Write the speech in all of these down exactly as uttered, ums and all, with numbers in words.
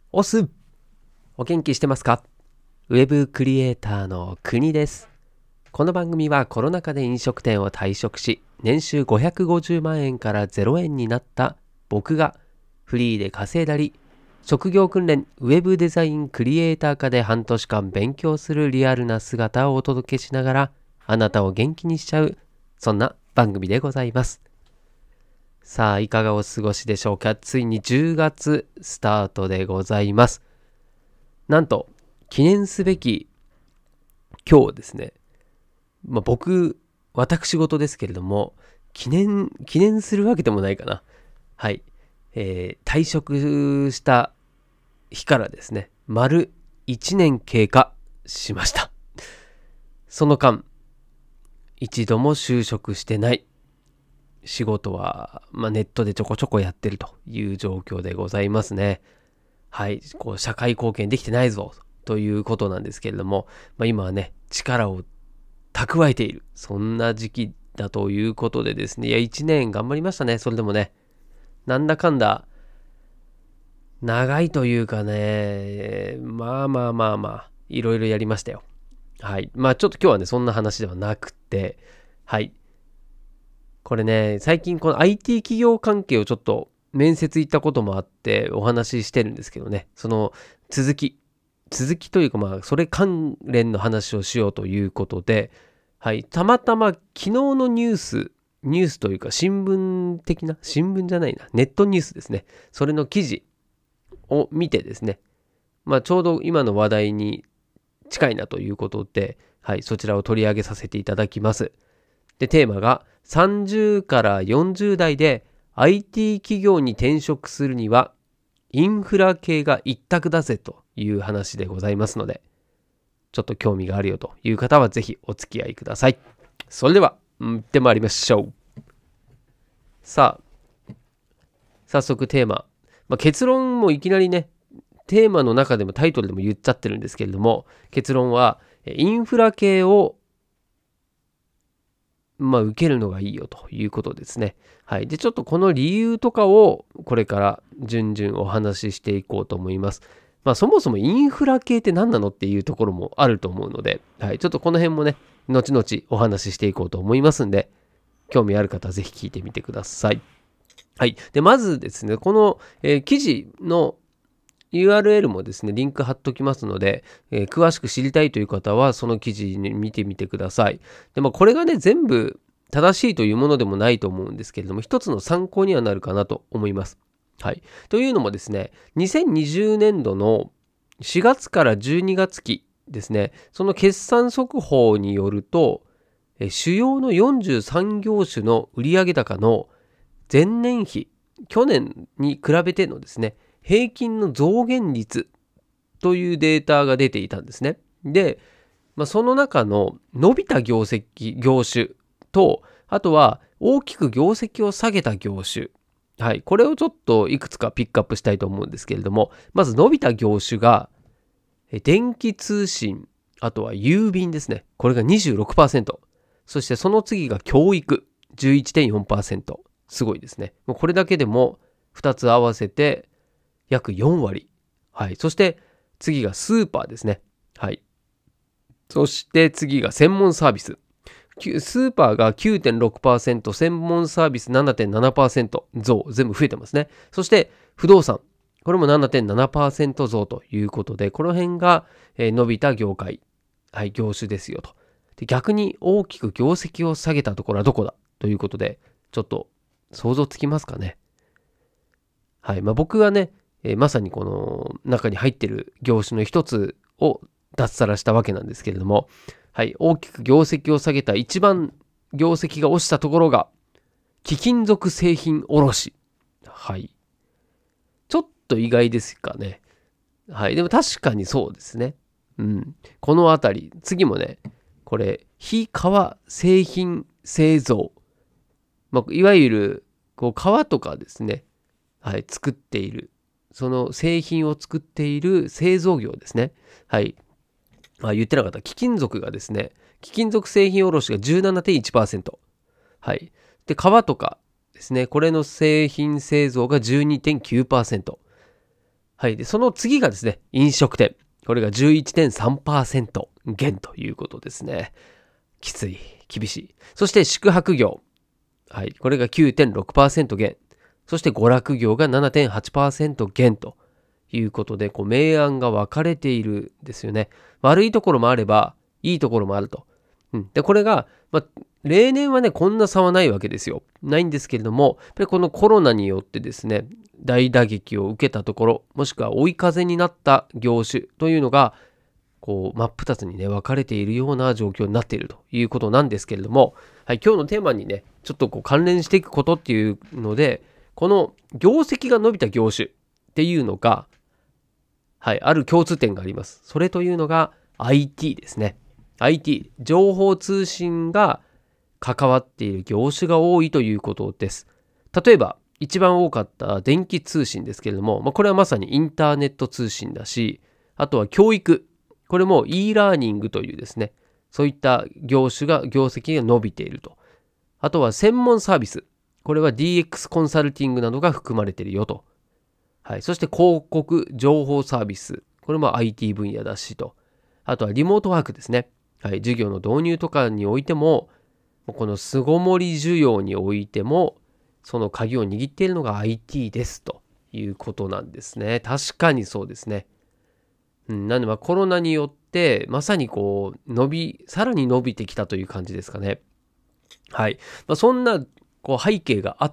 オス、お元気してますか？ウェブクリエイターの国です。この番組はコロナ禍で飲食店を退職し、年収ごひゃくごじゅうまんえんからゼロえんになった僕がフリーで稼いだり、職業訓練ウェブデザインクリエイター科で半年間勉強するリアルな姿をお届けしながら、あなたを元気にしちゃう、そんな番組でございます。さあ、いかがお過ごしでしょうか。ついにじゅうがつスタートでございます。なんと、記念すべき今日ですね。まあ、僕、私事ですけれども、記念、記念するわけでもないかな。はい。えー退職した日からですね、丸いちねん経過しました。その間、一度も就職してない。仕事は、まあ、ネットでちょこちょこやってるという状況でございますね。はい、こう社会貢献できてないぞということなんですけれども、まあ、今はね、力を蓄えている、そんな時期だということでですね、いや、いちねん頑張りましたね、それでもね。なんだかんだ、長いというかね、まあまあまあまあ、いろいろやりましたよ。はい。まあちょっと今日はね、そんな話ではなくて、はい。これね、最近この アイティー 企業関係をちょっと面接行ったこともあってお話ししてるんですけどね、その続き、続きというかまあそれ関連の話をしようということで、はい、たまたま昨日のニュース、ニュースというか新聞的な、新聞じゃないな、ネットニュースですね。それの記事を見てですね、まあちょうど今の話題に近いなということで、はい、そちらを取り上げさせていただきます。で、テーマがさんじゅうからよんじゅう代で アイティー 企業に転職するにはインフラ系が一択だぜという話でございますので、ちょっと興味があるよという方はぜひお付き合いください。それでは、行ってまいりましょう。さあ、早速テーマ。まあ、結論もいきなりね、テーマの中でもタイトルでも言っちゃってるんですけれども、結論はインフラ系をまあ、受けるのがいいよということですね。はい。で、ちょっとこの理由とかをこれから順々お話ししていこうと思います。まあ、そもそもインフラ系って何なのっていうところもあると思うので、はい。ちょっとこの辺もね、後々お話ししていこうと思いますんで、興味ある方はぜひ聞いてみてください。はい。で、まずですね、この、えー記事の ユーアールエル もですね、リンク貼っときますので、えー詳しく知りたいという方は、その記事に見てみてください。で、まあ、これがね、全部正しいというものでもないと思うんですけれども、一つの参考にはなるかなと思います。はい。というのもですね、にせんにじゅうねんどのしがつからじゅうにがつ期ですね、その決算速報によると、えー主要のよんじゅうさん業種の売上高の前年比、去年に比べてのですね、平均の増減率というデータが出ていたんですね。で、まあ、その中の伸びた業績、業種と、あとは大きく業績を下げた業種。はい。これをちょっといくつかピックアップしたいと思うんですけれども、まず伸びた業種が、え電気通信、あとは郵便ですね。これがにじゅうろくパーセント。そしてその次が教育、じゅういってんよんパーセント。すごいですね。もうこれだけでもふたつ合わせて約よん割。はい。そして次がスーパーですね。はい。そして次が専門サービス。スーパーが きゅうてんろくパーセント、専門サービス ななてんななパーセント 増、全部増えてますね。そして不動産。これも ななてんななパーセント 増ということで、この辺が伸びた業界、はい、業種ですよと。で、逆に大きく業績を下げたところはどこだということで、ちょっと想像つきますかね。はい。まあ、僕はね、えーまさにこの中に入ってる業種の一つを脱サラしたわけなんですけれども、はい。大きく業績を下げた一番業績が落ちたところが、貴金属製品卸。はい。ちょっと意外ですかね。はい。でも確かにそうですね。うん。このあたり、次もね、これ、非革製品製造。まあ、いわゆる、こう、革とかですね、はい、作っている。その製品を作っている製造業ですね。はい。あ、言ってなかった。貴金属がですね、貴金属製品卸が じゅうななてんいちパーセント。はい。で、革とかですね、これの製品製造が じゅうにてんきゅうパーセント。 はい。で、その次がですね、飲食店。これが じゅういってんさんパーセント 減ということですね。きつい。厳しい。そして宿泊業。はい。これが きゅうてんろくパーセント 減。そして娯楽業が ななてんはちパーセント 減ということで、こう明暗が分かれているんですよね。悪いところもあれば、いいところもあると。うん、で、これが、まあ、例年はね、こんな差はないわけですよ。ないんですけれども、やっぱりこのコロナによってですね、大打撃を受けたところ、もしくは追い風になった業種というのが、こう真っ二つにね分かれているような状況になっているということなんですけれども、はい、今日のテーマにねちょっとこう関連していくことっていうので、この業績が伸びた業種っていうのが、はい、ある共通点があります。それというのが アイティー ですね。 アイティー 情報通信が関わっている業種が多いということです。例えば一番多かった電気通信ですけれども、まあ、これはまさにインターネット通信だし、あとは教育、これも e ラーニングというですね、そういった業種が業績が伸びていると。あとは専門サービス、これは ディーエックス コンサルティングなどが含まれているよと。はい、そして広告情報サービス、これも アイティー 分野だしと。あとはリモートワークですね。はい、授業の導入とかにおいても、この巣ごもり需要においても、その鍵を握っているのが アイティー ですということなんですね。確かにそうですね。うん、なんでまあコロナによってまさにこう伸びさらに伸びてきたという感じですかね。はい。まあ、そんなこう背景があって、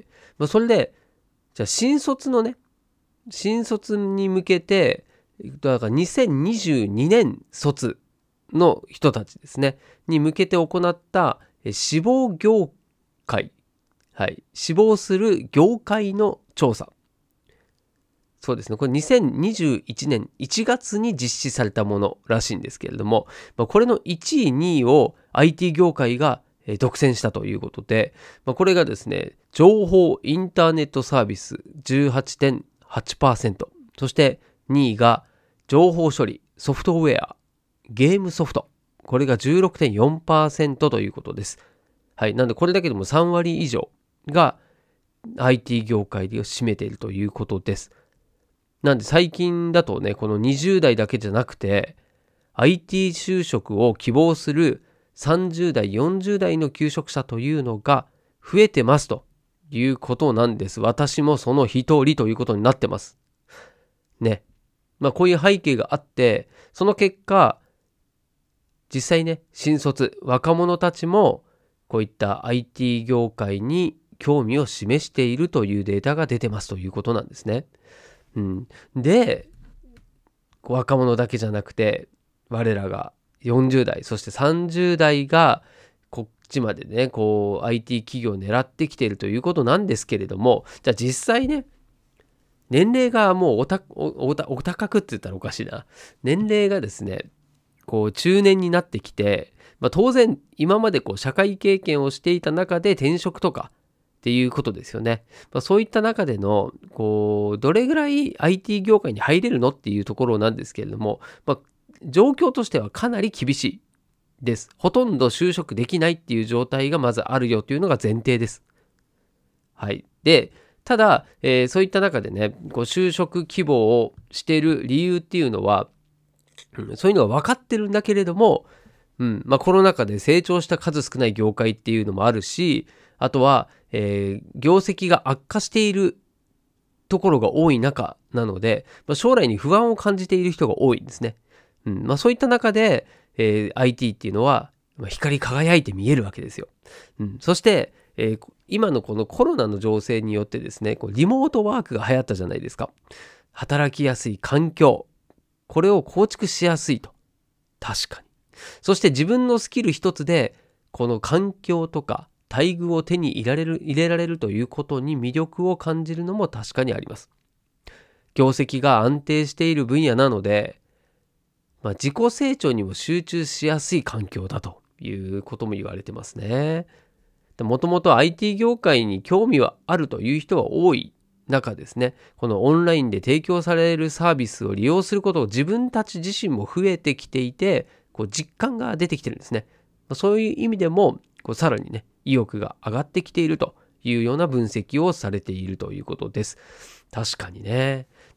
まあ、それでじゃあ新卒のね新卒に向けてだからにせんにじゅうにねん卒の人たちですねに向けて行った志望業界、はい、志望する業界の調査。そうですね。これにせんにじゅういちねんいちがつに実施されたものらしいんですけれども、まあ、これのいちい、にいを アイティー 業界が独占したということで、まあ、これがですね、情報インターネットサービス じゅうはちてんはちパーセント、そしてにいが情報処理、ソフトウェア、ゲームソフト。これが じゅうろくてんよんパーセント ということです。はい。なんでこれだけでもさんわり以上が アイティー 業界で占めているということです。なんで最近だとね、このにじゅう代だけじゃなくて、アイティー 就職を希望するさんじゅう代、よんじゅう代の求職者というのが増えてますということなんです。私もその一人ということになってます。ね。まあこういう背景があって、その結果、実際ね、新卒、若者たちもこういった アイティー 業界に興味を示しているというデータが出てますということなんですね。うん、で若者だけじゃなくて我らがよんじゅう代そしてさんじゅう代がこっちまでねこう アイティー 企業を狙ってきているということなんですけれども、じゃあ実際ね年齢がもうおたおたお高くって言ったらおかしいな、年齢がですねこう中年になってきて、まあ、当然今までこう社会経験をしていた中で転職とかっていうことですよね。まあ、そういった中でのこうどれぐらい アイティー 業界に入れるのっていうところなんですけれども、まあ、状況としてはかなり厳しいです。ほとんど就職できないっていう状態がまずあるよというのが前提です。はい。で、ただ、えーそういった中でね、こう就職希望をしている理由っていうのは、うんそういうのは分かってるんだけれども、うんまあ、コロナ禍で成長した数少ない業界っていうのもあるし、あとは、えー業績が悪化しているところが多い中なので、まあ、将来に不安を感じている人が多いんですね。うんまあ、そういった中で、えー アイティー っていうのはまあ光り輝いて見えるわけですよ。うん、そして、えー今のこのコロナの情勢によってですね、こうリモートワークが流行ったじゃないですか。働きやすい環境、これを構築しやすいと。確かに。そして自分のスキル一つでこの環境とか待遇を手に入れられる、入れられるということに魅力を感じるのも確かにあります。業績が安定している分野なので、まあ、自己成長にも集中しやすい環境だということも言われてますね。もともと アイティー 業界に興味はあるという人が多い中ですね、このオンラインで提供されるサービスを利用することを自分たち自身も増えてきていて、こう実感が出てきてるんですね。そういう意味でもこうさらにね意欲が上がってきているというような分析をされているということです。確かにね。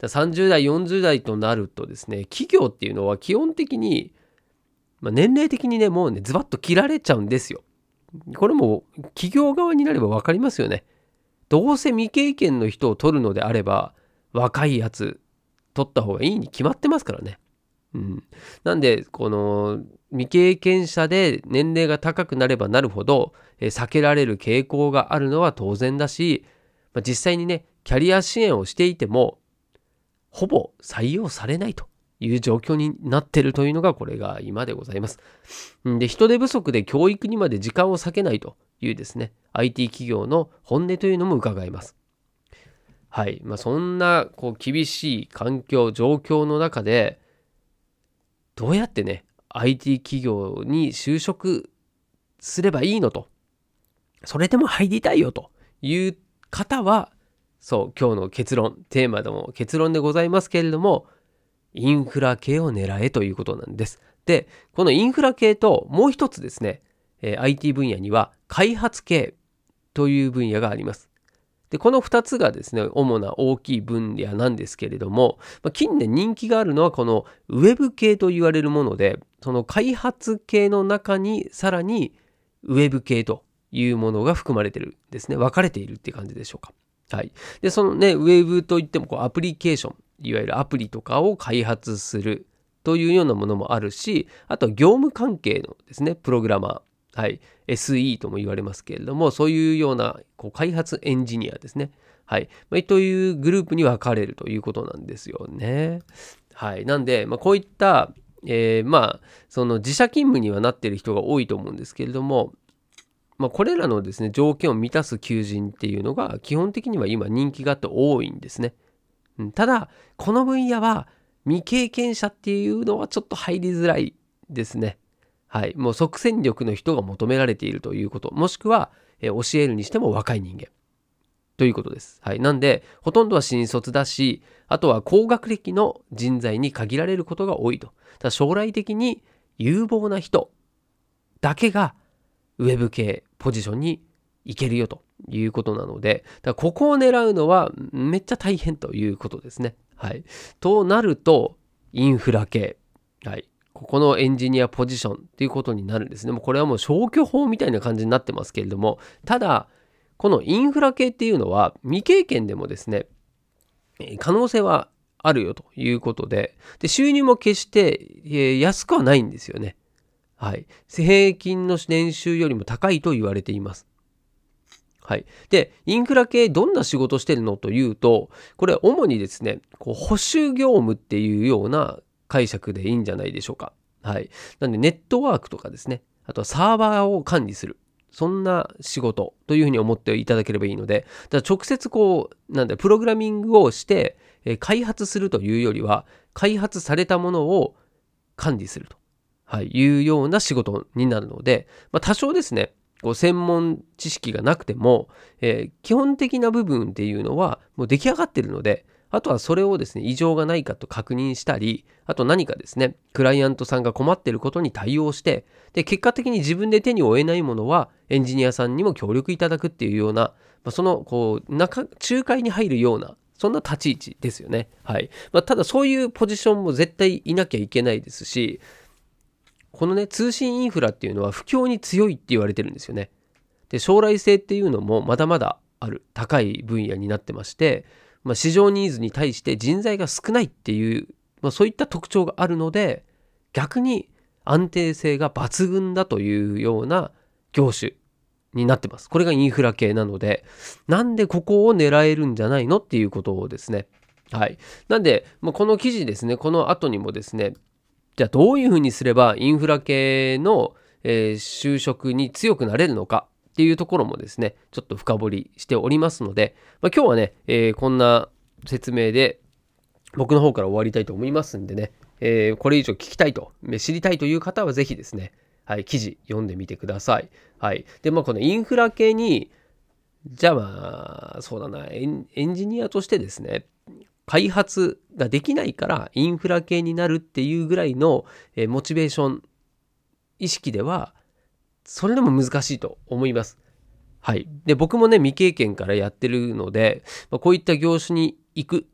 ださんじゅう代、よんじゅう代となるとですね、企業っていうのは基本的に、まあ、年齢的にね、もうね、ズバッと切られちゃうんですよ。これも企業側になれば分かりますよね。どうせ未経験の人を取るのであれば、若いやつ取った方がいいに決まってますからね。うん。なんで、この未経験者で年齢が高くなればなるほど、えー避けられる傾向があるのは当然だし、まあ、実際にね、キャリア支援をしていても、ほぼ採用されないという状況になっているというのがこれが今でございます。で、人手不足で教育にまで時間を割けないというですね、アイティー 企業の本音というのも伺えます。はい。まあ、そんなこう厳しい環境、状況の中で、どうやってね、アイティー 企業に就職すればいいのと、それでも入りたいよという方は、そう、今日の結論、テーマでも結論でございますけれども、インフラ系を狙えということなんです。で、このインフラ系ともう一つですね、えー アイティー 分野には開発系という分野があります。で、このふたつがですね、主な大きい分野なんですけれども、まあ、近年人気があるのはこのウェブ系と言われるもので、その開発系の中にさらにウェブ系というものが含まれているんですね。分かれているって感じでしょうか。はい。で、そのね、ウェブといってもこうアプリケーション、いわゆるアプリとかを開発するというようなものもあるし、あと業務関係のですね、プログラマー。はい、エスイー とも言われますけれども、そういうようなこう開発エンジニアですね。はい。まあ、というグループに分かれるということなんですよね。はい。なんで、まあ、こういった、えー、まあ、その自社勤務にはなっている人が多いと思うんですけれども、まあ、これらのですね、条件を満たす求人っていうのが基本的には今人気があって多いんですね。うん、ただ、この分野は未経験者っていうのはちょっと入りづらいですね。はい。もう即戦力の人が求められているということ。もしくは、えー教えるにしても若い人間。ということです。はい。なんで、ほとんどは新卒だし、あとは高学歴の人材に限られることが多いと。ただ将来的に有望な人だけがウェブ系ポジションに行けるよということなので、だからここを狙うのはめっちゃ大変ということですね。はい。となると、インフラ系。はい。ここのエンジニアポジションっていうことになるんですね。もうこれはもう消去法みたいな感じになってますけれども、ただ、このインフラ系っていうのは未経験でもですね、可能性はあるよということで、で収入も決して安くはないんですよね。はい。平均の年収よりも高いと言われています。はい。で、インフラ系どんな仕事してるのというと、これ主にですね、こう保守業務っていうような解釈でいいんじゃないでしょうか。はい。なんでネットワークとかですね、あとはサーバーを管理する。そんな仕事というふうに思っていただければいいので、だから直接こう、なんだ、プログラミングをして、えー開発するというよりは、開発されたものを管理すると、はい、いうような仕事になるので、まあ、多少ですね、こう専門知識がなくても、えー基本的な部分っていうのはもう出来上がってるので、あとはそれをですね、異常がないかと確認したり、あと何かですね、クライアントさんが困っていることに対応して、で、結果的に自分で手に負えないものはエンジニアさんにも協力いただくっていうような、まあ、その、こう、中、仲介に入るような、そんな立ち位置ですよね。はい。まあ、ただそういうポジションも絶対いなきゃいけないですし、このね、通信インフラっていうのは不況に強いって言われてるんですよね。で、将来性っていうのもまだまだある高い分野になってまして、まあ、市場ニーズに対して人材が少ないっていう、まあ、そういった特徴があるので、逆に安定性が抜群だというような業種になってます。これがインフラ系なので、なんでここを狙えるんじゃないのっていうことをですね。はい。なんで、まあ、この記事ですね、この後にもですね、じゃあどういうふうにすればインフラ系の、えー就職に強くなれるのかっていうところもですね、ちょっと深掘りしておりますので、まあ、今日はね、えーこんな説明で僕の方から終わりたいと思いますんでね、えーこれ以上聞きたいと、知りたいという方はぜひですね、はい、記事読んでみてください。はい。で、まあこのインフラ系に、じゃあまあ、そうだな、エンエンジニアとしてですね、開発ができないからインフラ系になるっていうぐらいの、えーモチベーション意識ではそれでも難しいと思います。はい。で、僕もね、未経験からやってるので、まあ、こういった業種に行く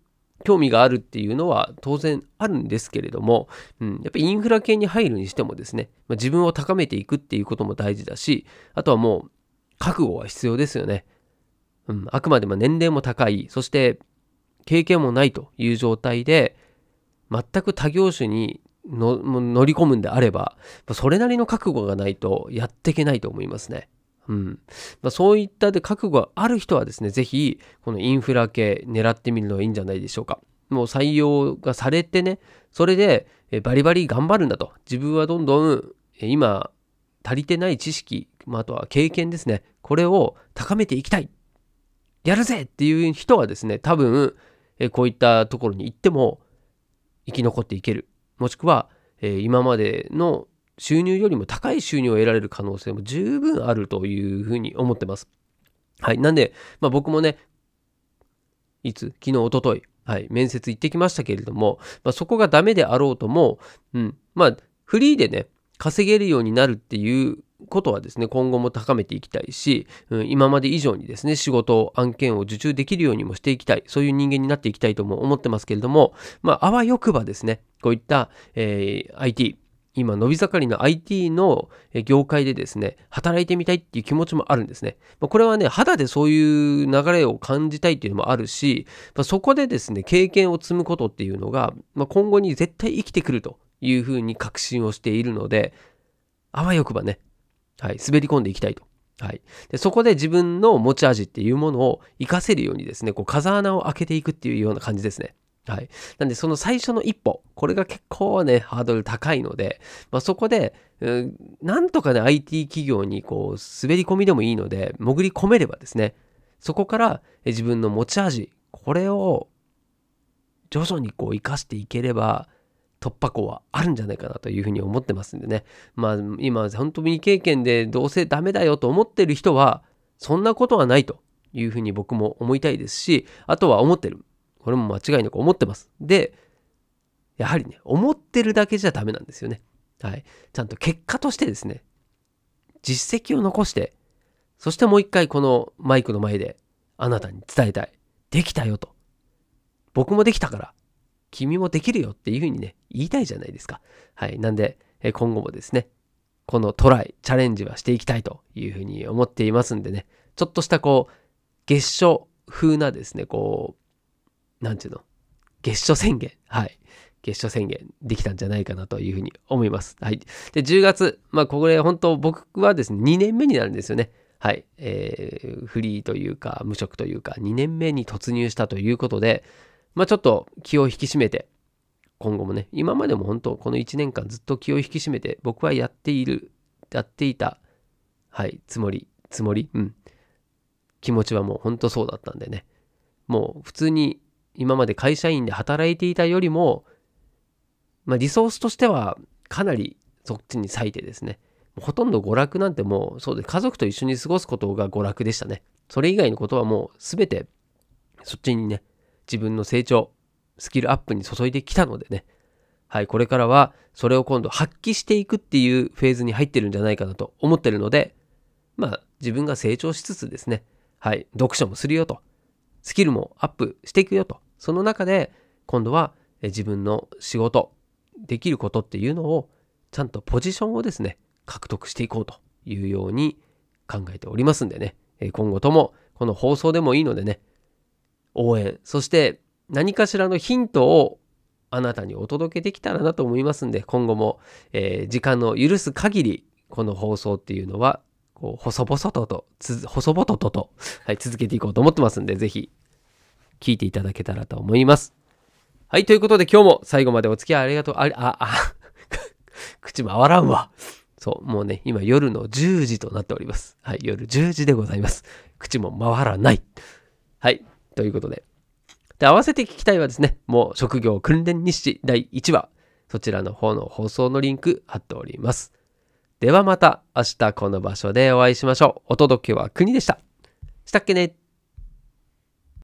興味があるっていうのは当然あるんですけれども、うん、やっぱりインフラ系に入るにしてもですね、まあ、自分を高めていくっていうことも大事だし、あとはもう覚悟は必要ですよね。うん、あくまでも年齢も高い、そして経験もないという状態で、全く他業種にの乗り込むんであれば、それなりの覚悟がないとやっていけないと思いますね。うんまあ、そういったで覚悟がある人はですね、ぜひこのインフラ系狙ってみるのがいいんじゃないでしょうか。もう採用がされてね、それでバリバリ頑張るんだと。自分はどんどん今足りてない知識、まあ、あとは経験ですね。これを高めていきたい。やるぜっていう人はですね、多分こういったところに行っても生き残っていける。もしくは今までの収入よりも高い収入を得られる可能性も十分あるというふうに思ってます。はい。なんで、まあ、僕もね、いつ昨日、一昨日はい、面接行ってきましたけれども、まあ、そこがダメであろうとも、うん、まあ、フリーでね、稼げるようになるっていうことはですね、今後も高めていきたいし、うん、今まで以上にですね、仕事、案件を受注できるようにもしていきたい、そういう人間になっていきたいとも思ってますけれども、まあ、あわよくばですね、こういった、えー、アイティー、今伸び盛りの アイティー の業界でですね、働いてみたいっていう気持ちもあるんですね。これはね、肌でそういう流れを感じたいっていうのもあるし、そこでですね、経験を積むことっていうのが、今後に絶対生きてくるというふうに確信をしているので、あわよくばね、はい、滑り込んでいきたいと。はい、でそこで自分の持ち味っていうものを活かせるようにですね、こう風穴を開けていくっていうような感じですね。はい。なんで、その最初の一歩、これが結構ね、ハードル高いので、まあ、そこで、うん、なんとかね、アイティー 企業にこう、滑り込みでもいいので、潜り込めればですね、そこから自分の持ち味、これを徐々にこう、活かしていければ、突破口はあるんじゃないかなというふうに思ってますんでね。まあ、今、本当に未経験でどうせダメだよと思ってる人は、そんなことはないというふうに僕も思いたいですし、あとは思ってる。これも間違いなく思ってます。で、やはりね、思ってるだけじゃダメなんですよね。はい。ちゃんと結果としてですね、実績を残して、そしてもう一回このマイクの前であなたに伝えたい。できたよと。僕もできたから、君もできるよっていうふうにね、言いたいじゃないですか。はい。なんで、今後もですね、このトライ、チャレンジはしていきたいというふうに思っていますんでね、ちょっとしたこう、月初風なですね、こう、なんていうの月初宣言。はい。月初宣言できたんじゃないかなというふうに思います。はい。で、じゅうがつ。まあ、これ本当僕はですね、にねんめになるんですよね。はい。えー、フリーというか、無職というか、にねんめに突入したということで、まあ、ちょっと気を引き締めて、今後もね、今までも本当、このいちねんかんずっと気を引き締めて、僕はやっている、やっていた、はい、つもり、つもり、うん。気持ちはもう本当そうだったんでね。もう普通に、今まで会社員で働いていたよりも、まあ、リソースとしてはかなりそっちに割いてですね、ほとんど娯楽なんてもうそうで家族と一緒に過ごすことが娯楽でしたね。それ以外のことはもう全てそっちにね、自分の成長、スキルアップに注いできたのでね、はい、これからはそれを今度発揮していくっていうフェーズに入ってるんじゃないかなと思ってるので、まあ自分が成長しつつですね、はい、読書もするよと、スキルもアップしていくよと、その中で今度は自分の仕事できることっていうのをちゃんとポジションをですね獲得していこうというように考えておりますんでね、今後ともこの放送でもいいのでね、応援、そして何かしらのヒントをあなたにお届けできたらなと思いますんで、今後も、えー、時間の許す限りこの放送っていうのはこう細々ととつ細々とと、はい、続けていこうと思ってますんで、ぜひ聞いていただけたらと思います。はい、ということで今日も最後までお付き合いありがとう。あ、あ、あ、口回らんわ。そう、もうね、今夜のじゅうじとなっております。はい、夜じゅうじでございます。口も回らない。はい、ということで。で、合わせて聞きたいはですね、もう職業訓練日誌だいいちわ、そちらの方の放送のリンク貼っております。ではまた明日この場所でお会いしましょう。お届けは国でした。したっけね。